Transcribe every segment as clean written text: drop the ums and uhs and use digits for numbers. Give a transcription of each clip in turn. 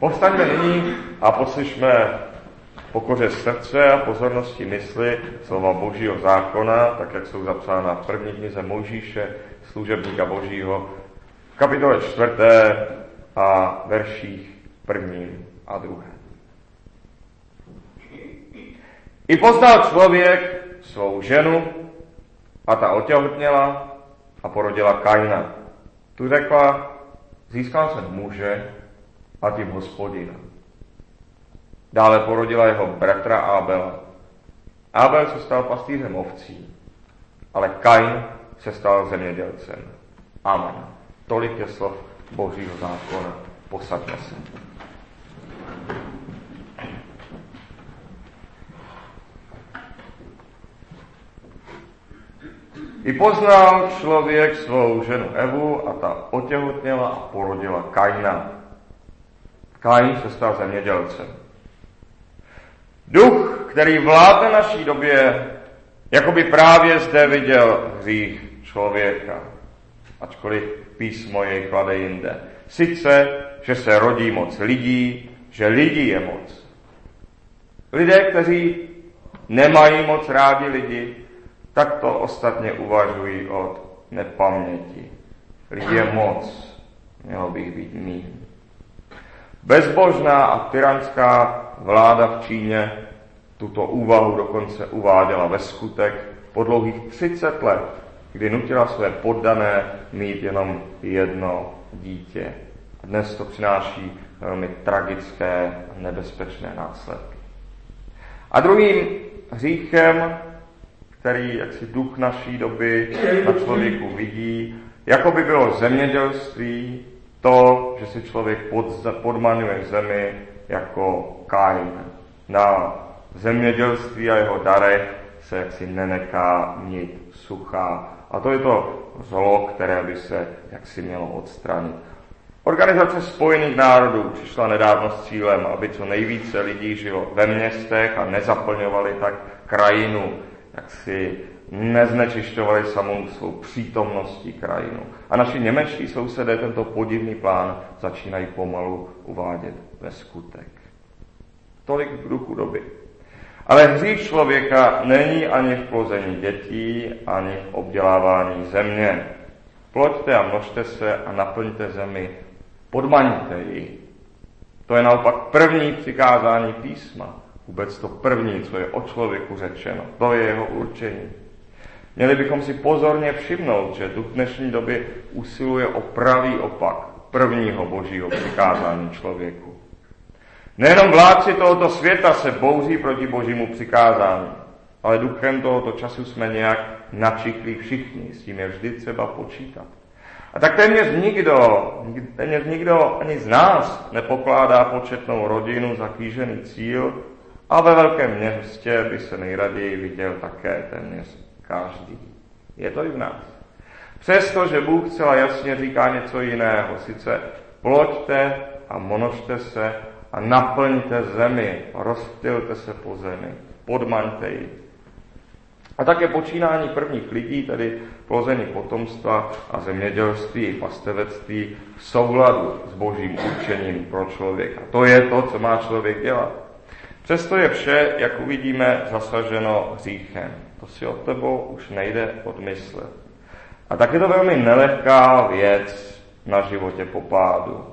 Povstaňme nyní a poslyšme pokoře srdce a pozornosti mysli slova Božího zákona, tak jak jsou zapsána v první knize Mojžíše, služebníka Božího, v kapitole 4. a verších 1. a 2. I poznal člověk svou ženu a ta otěhotněla a porodila Kaina. Tu řekla, získal jsem muže a tím Hospodina. Dále porodila jeho bratra Ábela. Ábel se stal pastýřem ovcí, ale Kain se stal zemědělcem. Amen. Tolik je slov Božího zákona. Posaďme se. I poznal člověk svou ženu Evu a ta otěhotněla a porodila Kaina. Kain se stal zemědělcem. Duch, který vládne naší době, jako by právě zde viděl hřích člověka, ačkoliv písmo jej klade jinde. Sice, že se rodí moc lidí, že lidí je moc. Lidé, kteří nemají moc rádi lidi, tak to ostatně uvažují od nepaměti. Lidí je moc, mělo by být míň. Bezbožná a tyranská vláda v Číně tuto úvahu dokonce uváděla ve skutek po dlouhých 30 let, kdy nutila své poddané mít jenom jedno dítě. Dnes to přináší velmi tragické a nebezpečné následky. A druhým hříchem, který jaksi duch naší doby na člověku vidí, jako by bylo zemědělství, to, že si člověk podmanuje zemi jako Kain. Na zemědělství a jeho darech se jaksi nenechá mít suchá. A to je to zlo, které by se jaksi mělo odstranit. Organizace Spojených národů přišla nedávno s cílem, aby co nejvíce lidí žilo ve městech a nezaplňovali tak krajinu, jak si neznečišťovali samou svou přítomností krajinu. A naši němečtí sousedé tento podivný plán začínají pomalu uvádět ve skutek. Tolik v duchu doby. Ale hřích člověka není ani v plození dětí, ani v obdělávání země. Ploďte a množte se a naplňte zemi, podmaňte ji. To je naopak první přikázání písma. Vůbec to první, co je o člověku řečeno. To je jeho určení. Měli bychom si pozorně všimnout, že duch dnešní doby usiluje o pravý opak prvního Božího přikázání člověku. Nejenom vládci tohoto světa se bouří proti Božímu přikázání, ale duchem tohoto času jsme nějak načiklí všichni, s tím je vždy třeba počítat. A tak téměř nikdo ani z nás nepokládá početnou rodinu za kýžený cíl a ve velkém městě by se nejraději viděl také téměř každý. Je to i v nás. Přestože Bůh celá jasně říká něco jiného, sice ploďte a množte se a naplňte zemi, rozptylte se po zemi, podmaňte ji. A také počínání prvních lidí, tedy plození potomstva a zemědělství i pastevectví v souladu s Božím určením pro člověka. To je to, co má člověk dělat. Přesto je vše, jak uvidíme, zasaženo hříchem. To si od tebou už nejde odmyslet. A tak je to velmi nelehká věc na životě po pádu.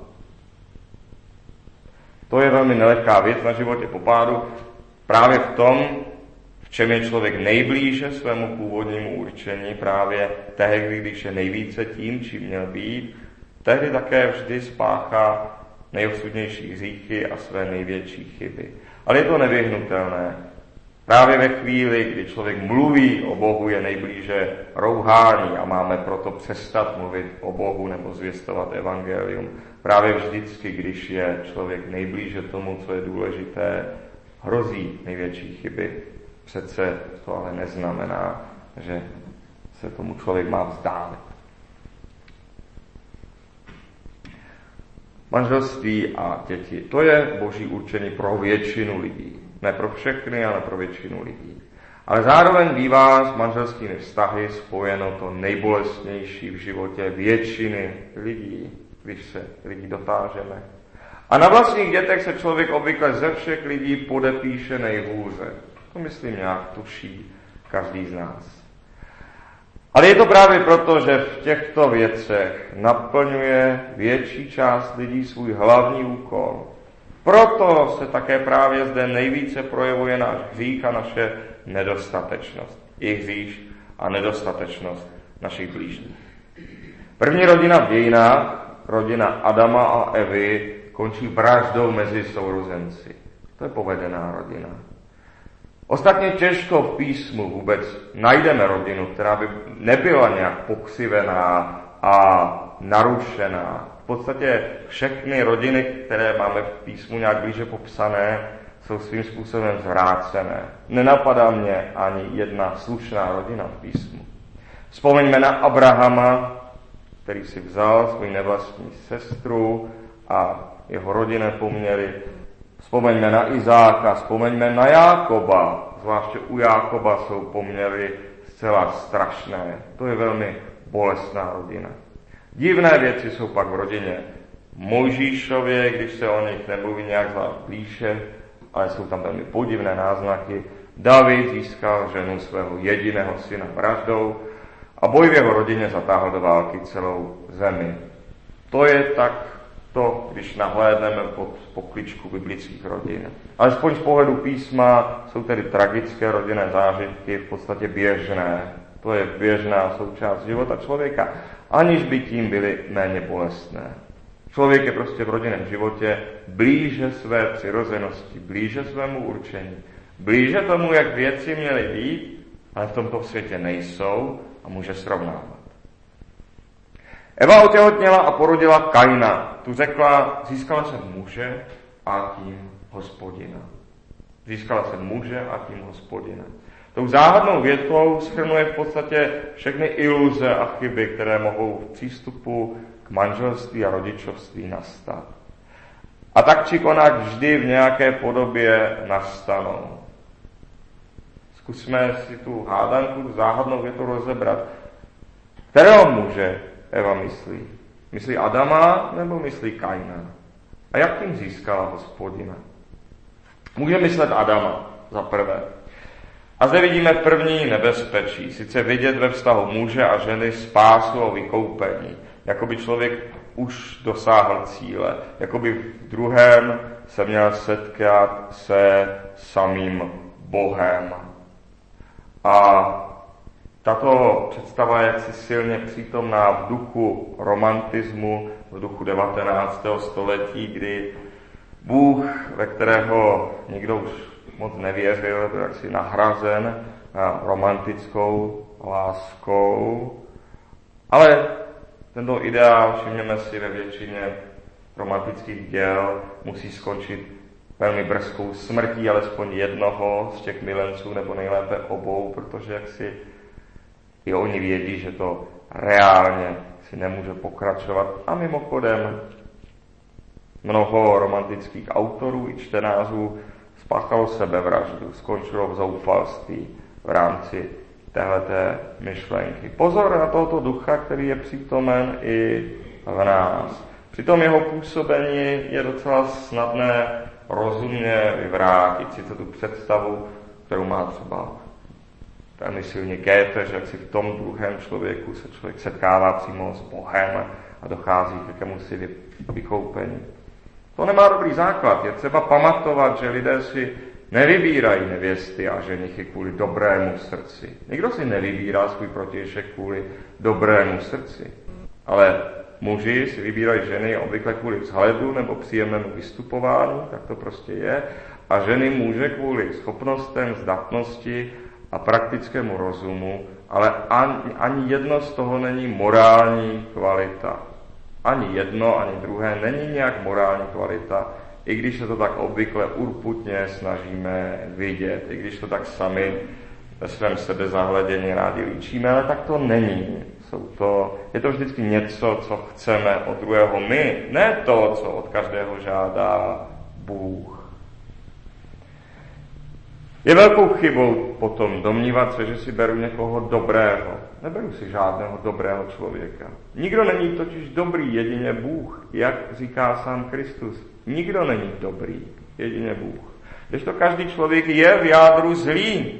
To je velmi nelehká věc na životě po pádu právě v tom, v čem je člověk nejblíže svému původnímu určení, právě tehdy, když je nejvíce tím, čím měl být, tehdy také vždy spáchá nejosudnější hříchy a své největší chyby. Ale je to nevyhnutelné. Právě ve chvíli, kdy člověk mluví o Bohu, je nejblíže rouhání a máme proto přestat mluvit o Bohu nebo zvěstovat evangelium. Právě vždycky, když je člověk nejblíže tomu, co je důležité, hrozí největší chyby. Přece to ale neznamená, že se tomu člověk má vzdálit. Manželství a děti, to je Boží určení pro většinu lidí. Ne pro všechny, ale pro většinu lidí. Ale zároveň bývá s manželskými vztahy spojeno to nejbolestnější v životě většiny lidí, když se lidí dotážeme. A na vlastních dětech se člověk obvykle ze všech lidí podepíše nejhůře. To myslím nějak tuší každý z nás. Ale je to právě proto, že v těchto věcech naplňuje větší část lidí svůj hlavní úkol. Proto se také právě zde nejvíce projevuje náš hřích a naše nedostatečnost. I hřích a nedostatečnost našich blížních. První rodina v dějinách, rodina Adama a Evy, končí vraždou mezi sourozenci. To je povedená rodina. Ostatně těžko v písmu vůbec najdeme rodinu, která by nebyla nějak pokřivená a narušená. V podstatě všechny rodiny, které máme v písmu nějak blíže popsané, jsou svým způsobem zvrácené. Nenapadá mě ani jedna slušná rodina v písmu. Vzpomeňme na Abrahama, který si vzal svou nevlastní sestru a jeho rodinné poměry. Vzpomeňme na Izáka, vzpomeňme na Jákoba, zvláště u Jákoba jsou poměry zcela strašné. To je velmi bolestná rodina. Divné věci jsou pak v rodině Mojžíšově, když se o nich nemluví nějak zvlášť blíže, ale jsou tam velmi podivné náznaky. David získal ženu svého jediného syna vraždou a boj v jeho rodině zatáhl do války celou zemi. To je tak to, když nahlédneme pod pokličku biblických rodin. Alespoň z pohledu písma jsou tedy tragické rodinné zážitky v podstatě běžné. To je běžná součást života člověka, aniž by tím byly méně bolestné. Člověk je prostě v rodinném životě blíže své přirozenosti, blíže svému určení, blíže tomu, jak věci měly být, ale v tomto světě nejsou a může srovnávat. Eva otěhotněla a porodila Kaina. Tu řekla, získala jsem muže a tím Hospodina. Získala jsem muže a tím Hospodina. Tou záhadnou větou shrnuje v podstatě všechny iluze a chyby, které mohou v přístupu k manželství a rodičovství nastat. A tak či onak vždy v nějaké podobě nastanou. Zkusme si tu hádanku, tu záhadnou větu rozebrat. Kterého muže Eva myslí? Myslí Adama nebo myslí Kaina? A jak tím získala Hospodina? Může myslet Adama za prvé. A zde vidíme první nebezpečí, sice vidět ve vztahu muže a ženy spásu a vykoupení, jako by člověk už dosáhl cíle, jako by v druhém se měl setkat se samým Bohem. A tato představa je jaksi silně přítomná v duchu romantismu, v duchu 19. století, kdy Bůh, ve kterého nikdo už moc nevěřil, byl jaksi nahrazen romantickou láskou. Ale tento ideál, všimněme si, ve většině romantických děl musí skončit velmi brzkou smrtí alespoň jednoho z těch milenců, nebo nejlépe obou, protože jaksi i oni vědí, že to reálně si nemůže pokračovat. A mimochodem mnoho romantických autorů i čtenářů spáchalo sebevraždu, skončilo v zoufalství v rámci téhleté myšlenky. Pozor na tohoto ducha, který je přítomen i v nás. Přitom jeho působení je docela snadné rozumně vyvrátit si tu představu, kterou má třeba velmi silně Goethe, že jak si v tom druhém člověku se člověk setkává přímo s Bohem a dochází k jakémusi vykoupení. To nemá dobrý základ. Je třeba pamatovat, že lidé si nevybírají nevěsty a ženichy kvůli dobrému srdci. Nikdo si nevybírá svůj protějšek kvůli dobrému srdci. Ale muži si vybírají ženy obvykle kvůli vzhledu nebo příjemnému vystupování, tak to prostě je. A ženy muže kvůli schopnostem, zdatnosti a praktickému rozumu, ale ani jedno z toho není morální kvalita. Ani jedno, ani druhé není nějak morální kvalita, i když se to tak obvykle urputně snažíme vidět, i když to tak sami ve svém sebezahledění rádi líčíme, ale tak to není. Je to vždycky něco, co chceme od druhého my, ne to, co od každého žádá Bůh. Je velkou chybou potom domnívat se, že si beru někoho dobrého. Neberu si žádného dobrého člověka. Nikdo není totiž dobrý, jedině Bůh, jak říká sám Kristus. Nikdo není dobrý, jedině Bůh. Kdežto každý člověk je v jádru zlý.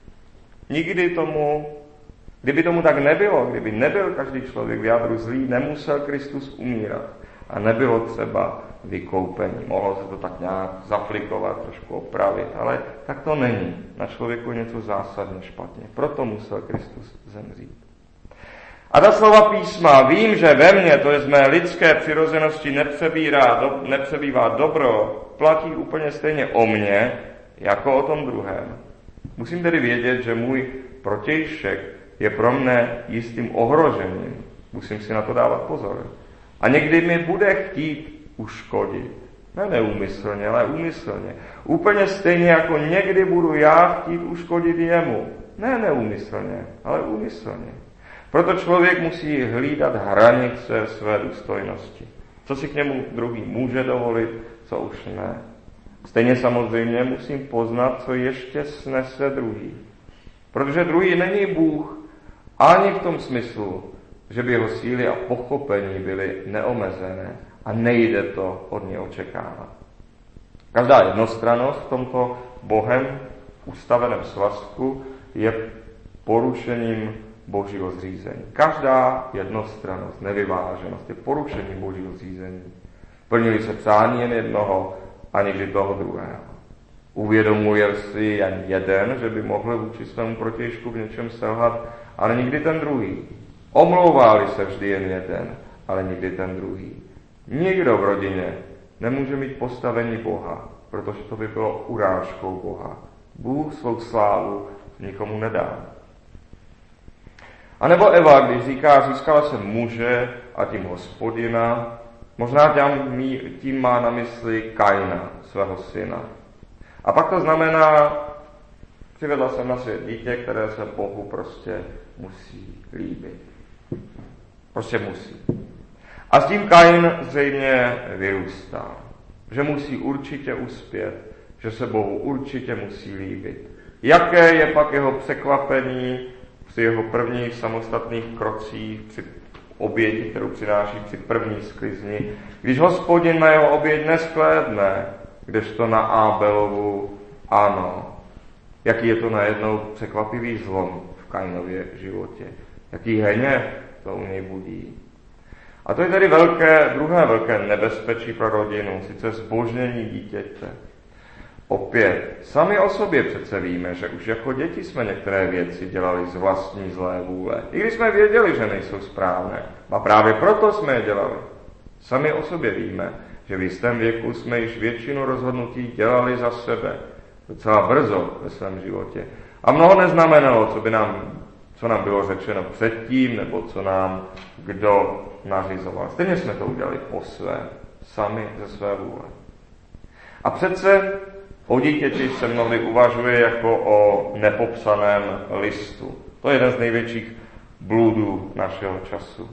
Kdyby tomu tak nebylo, kdyby nebyl každý člověk v jádru zlý, nemusel Kristus umírat. A nebylo třeba vykoupení. Mohlo se to tak nějak zaflikovat, trošku opravit, ale tak to není. Na člověku je něco zásadně špatně. Proto musel Kristus zemřít. A ta slova písma, vím, že ve mně, to je z mé lidské přirozenosti, nepřebývá dobro, platí úplně stejně o mně, jako o tom druhém. Musím tedy vědět, že můj protějšek je pro mne jistým ohrožením. Musím si na to dávat pozor. A někdy mi bude chtít uškodit. Ne neúmyslně, ale úmyslně. Úplně stejně, jako někdy budu já chtít uškodit jemu. Ne neúmyslně, ale úmyslně. Proto člověk musí hlídat hranice své důstojnosti. Co si k němu druhý může dovolit, co už ne. Stejně samozřejmě musím poznat, co ještě snese druhý. Protože druhý není Bůh ani v tom smyslu, že by jeho síly a pochopení byly neomezené a nejde to od něj očekávat. Každá jednostrannost v tomto Bohem ustaveném svazku je porušením Božího zřízení. Každá jednostrannost, nevyváženost je porušením Božího zřízení. Plnili se přání jen jednoho a nikdy toho druhého. Uvědomuje si jen jeden, že by mohl vůči svému protějšku v něčem selhat, ale nikdy ten druhý. Omlouvá-li se vždy jen jeden, ale nikdy ten druhý. Nikdo v rodině nemůže mít postavení Boha, protože to by bylo urážkou Boha. Bůh svou slávu nikomu nedá. A nebo Eva, když říká, získala jsem muže a tím Hospodina, možná tím má na mysli Kaina, svého syna. A pak to znamená, přivedla jsem na svět dítě, které se Bohu prostě musí líbit. Prostě musí. A s tím Kain zřejmě vyrůstá. Že musí určitě uspět, že se Bohu určitě musí líbit. Jaké je pak jeho překvapení při jeho prvních samostatných krocích, při oběti, kterou přináší při první sklizni, když Hospodin na jeho oběť neshlédne, kdežto na Ábelovu ano. Jaký je to najednou překvapivý zlom v Kainově životě. Jaký hněv to u něj budí. A to je tedy druhé velké nebezpečí pro rodinu, sice zbožnění dítěte. Opět, sami o sobě přece víme, že už jako děti jsme některé věci dělali z vlastní zlé vůle. I když jsme věděli, že nejsou správné. A právě proto jsme je dělali. Sami o sobě víme, že v jistém věku jsme již většinu rozhodnutí dělali za sebe. Docela brzo ve svém životě. A mnoho neznamenalo, co nám bylo řečeno předtím, nebo co nám kdo nařizoval. Stejně jsme to udělali po své, sami ze své vůle. A přece o dítěti se mnohdy uvažuje jako o nepopsaném listu. To je jeden z největších bludů našeho času.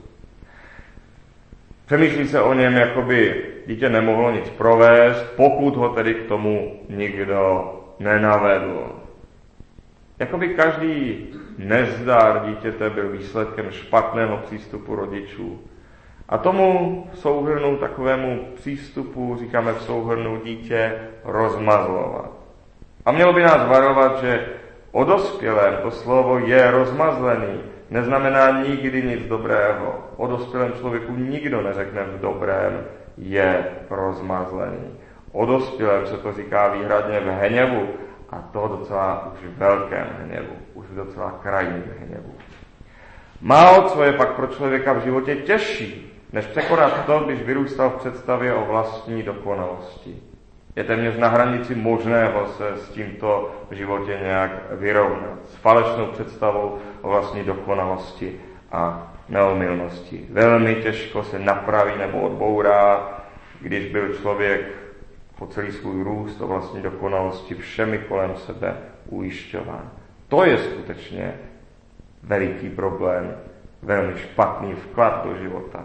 Přemýšlí se o něm, jako by dítě nemohlo nic provést, pokud ho tedy k tomu nikdo nenavedl. Jakoby každý nezdar dítěte byl výsledkem špatného přístupu rodičů. A tomu souhrnu, takovému přístupu, říkáme v souhrnu dítě, rozmazlovat. A mělo by nás varovat, že o dospělém to slovo je rozmazlený, neznamená nikdy nic dobrého. O dospělém člověku nikdo neřekne v dobrém je rozmazlený. O dospělém se to říká výhradně v hněvu, a to docela už v velkém hněvu, už v docela krajním hněvu. Málo co je pak pro člověka v životě těžší, než překonat to, když vyrůstal v představě o vlastní dokonalosti. Je téměř na hranici možného se s tímto v životě nějak vyrovnat. S falešnou představou o vlastní dokonalosti a neomylnosti. Velmi těžko se napraví nebo odbourá, když byl člověk po celý svůj růst o vlastní dokonalosti všemi kolem sebe ujišťován. To je skutečně veliký problém, velmi špatný vklad do života.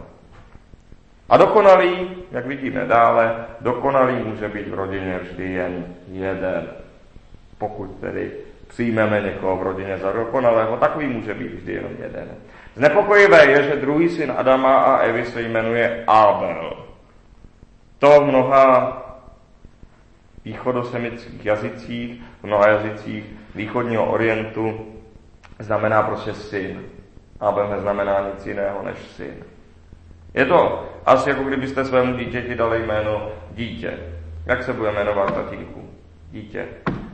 A dokonalý, jak vidíme dále, dokonalý může být v rodině vždy jen jeden. Pokud tedy přijmeme někoho v rodině za dokonalého, takový může být vždy jenom jeden. Znepokojivé je, že druhý syn Adama a Evy se jmenuje Ábel. To v mnoha východosemických jazycích, v mnoha jazycích východního orientu znamená prostě syn. Abel neznamená nic jiného než syn. Je to asi jako kdybyste svému dítěti dali jméno dítě. Jak se bude jmenovat, tatínku? Dítě.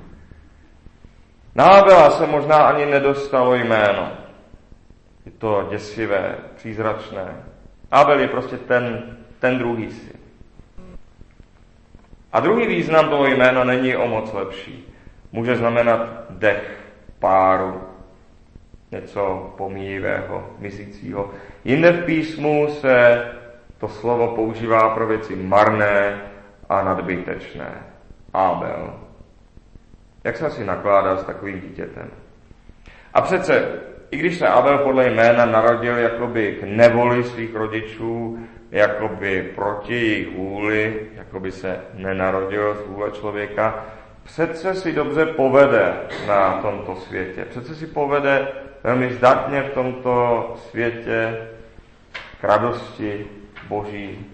Na Abela se možná ani nedostalo jméno. Je to děsivé, přízračné. Abel je prostě ten druhý syn. A druhý význam toho jména není o moc lepší. Může znamenat dech, páru, něco pomíjivého, mizícího. Jinde v písmu se to slovo používá pro věci marné a nadbytečné. Abel. Jak se asi nakládá s takovým dítětem? A přece, i když se Abel podle jména narodil jakoby k nevoli svých rodičů, jakoby proti jejich vůli, jakoby se nenarodil z vůle člověka, přece si dobře povede na tomto světě. Přece si povede velmi zdatně v tomto světě k radosti Boží.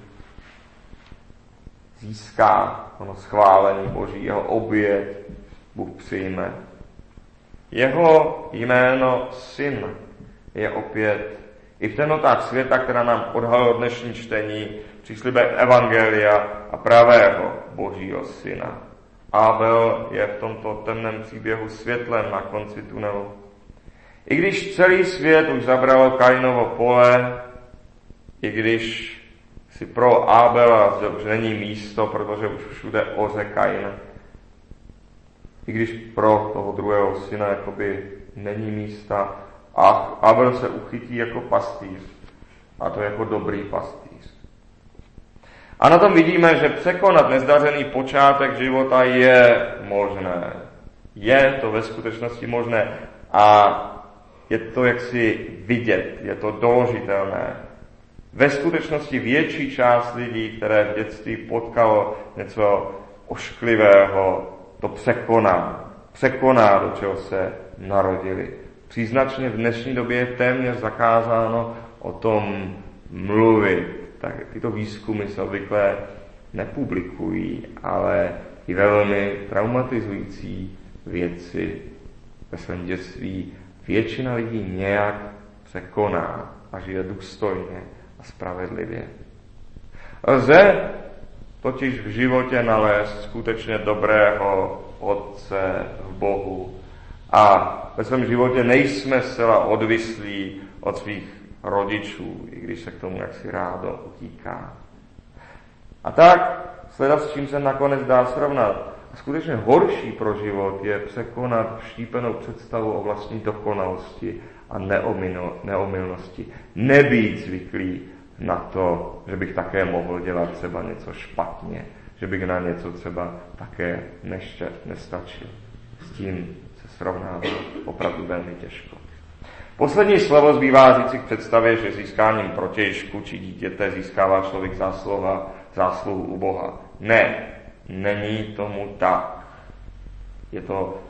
Získá ono schválení Boží, jeho oběť Bůh přijme. Jeho jméno Syn je opět i v temnotách světa, která nám odhalilo dnešní čtení, příslibem evangelia a pravého Božího Syna. Abel je v tomto temném příběhu světlem na konci tunelu. I když celý svět už zabralo Kainovo pole, i když si pro Abela zde už není místo, protože už všude oře Kain, i když pro toho druhého syna jakoby není místa, a Abel se uchytí jako pastýř, a to jako dobrý pastýř. A na tom vidíme, že překonat nezdařený počátek života je možné. Je to ve skutečnosti možné a je to jaksi vidět, je to doložitelné. Ve skutečnosti větší část lidí, které v dětství potkalo něco ošklivého, to překoná, do čeho se narodili. Příznačně v dnešní době je téměř zakázáno o tom mluvit. Tak tyto výzkumy se obvykle nepublikují, ale i velmi traumatizující věci ve svém dětství většina lidí nějak překoná a žije důstojně a spravedlivě. Lze totiž v životě nalézt skutečně dobrého Otce v Bohu a ve svém životě nejsme zcela odvislí od svých rodičů, i když se k tomu jaksi rádo utíká. A tak sledat, s čím se nakonec dá srovnat. A skutečně horší pro život je překonat vštípenou představu o vlastní dokonalosti a neomylnosti. Nebýt zvyklý na to, že bych také mohl dělat třeba něco špatně, že bych na něco třeba také nestačil. S tím se srovnává opravdu velmi těžko. Poslední slovo zbývá říci k představě, že získáním protějšku či dítěte získává člověk zásluhu u Boha. Ne, není tomu tak. Je to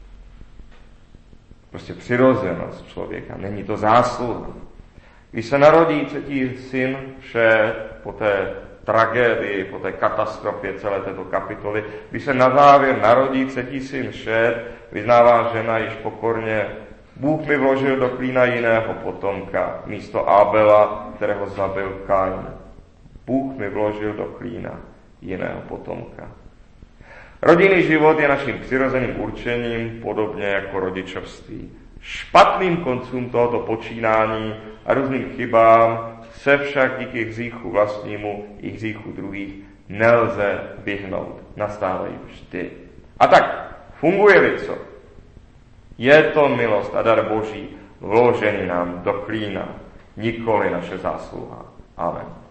prostě přirozenost člověka, není to zásluha. Když se narodí třetí syn, vše po té tragédii, po té katastrofě celé této kapitoly, když se na závěr narodí třetí syn Šet, vyznává žena již pokorně: Bůh mi vložil do klína jiného potomka, místo Abela, kterého zabil Kain. Bůh mi vložil do klína jiného potomka. Rodinný život je naším přirozeným určením, podobně jako rodičovství. Špatným koncům tohoto počínání a různým chybám se však díky hříchu vlastnímu i hříchu druhých nelze vyhnout. Nastávají vždy. A tak, funguje-li co? Je to milost a dar Boží vložený nám do klína, nikoli naše zásluha. Amen.